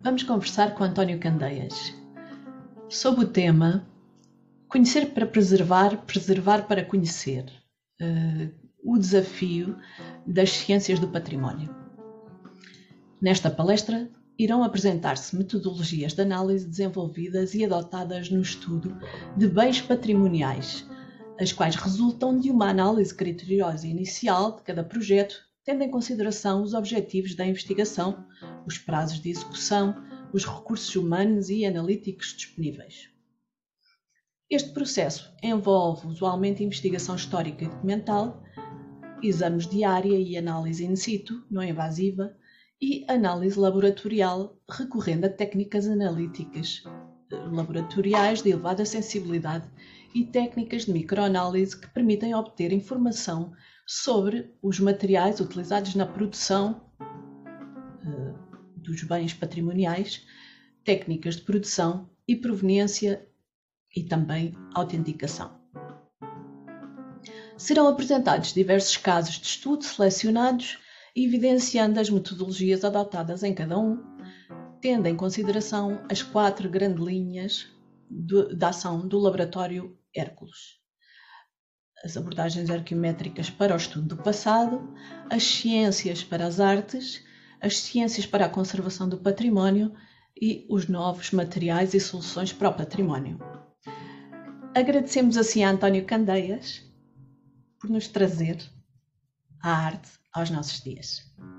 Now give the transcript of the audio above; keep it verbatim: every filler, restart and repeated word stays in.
Vamos conversar com António Candeias sobre o tema Conhecer para preservar, preservar para conhecer, uh, o desafio das ciências do património. Nesta palestra irão apresentar-se metodologias de análise desenvolvidas e adotadas no estudo de bens patrimoniais, as quais resultam de uma análise criteriosa inicial de cada projeto, tendo em consideração os objetivos da investigação, os prazos de execução, os recursos humanos e analíticos disponíveis. Este processo envolve usualmente investigação histórica e documental, exames de área e análise in situ, não invasiva, e análise laboratorial recorrendo a técnicas analíticas laboratoriais de elevada sensibilidade e técnicas de microanálise que permitem obter informação sobre os materiais utilizados na produção uh, dos bens patrimoniais, técnicas de produção e proveniência e também autenticação. Serão apresentados diversos casos de estudo selecionados, evidenciando as metodologias adotadas em cada um, tendo em consideração as quatro grandes linhas de, de ação do Laboratório Hércules. As abordagens arqueométricas para o estudo do passado, as ciências para as artes, as ciências para a conservação do património e os novos materiais e soluções para o património. Agradecemos assim a António Candeias por nos trazer a arte aos nossos dias.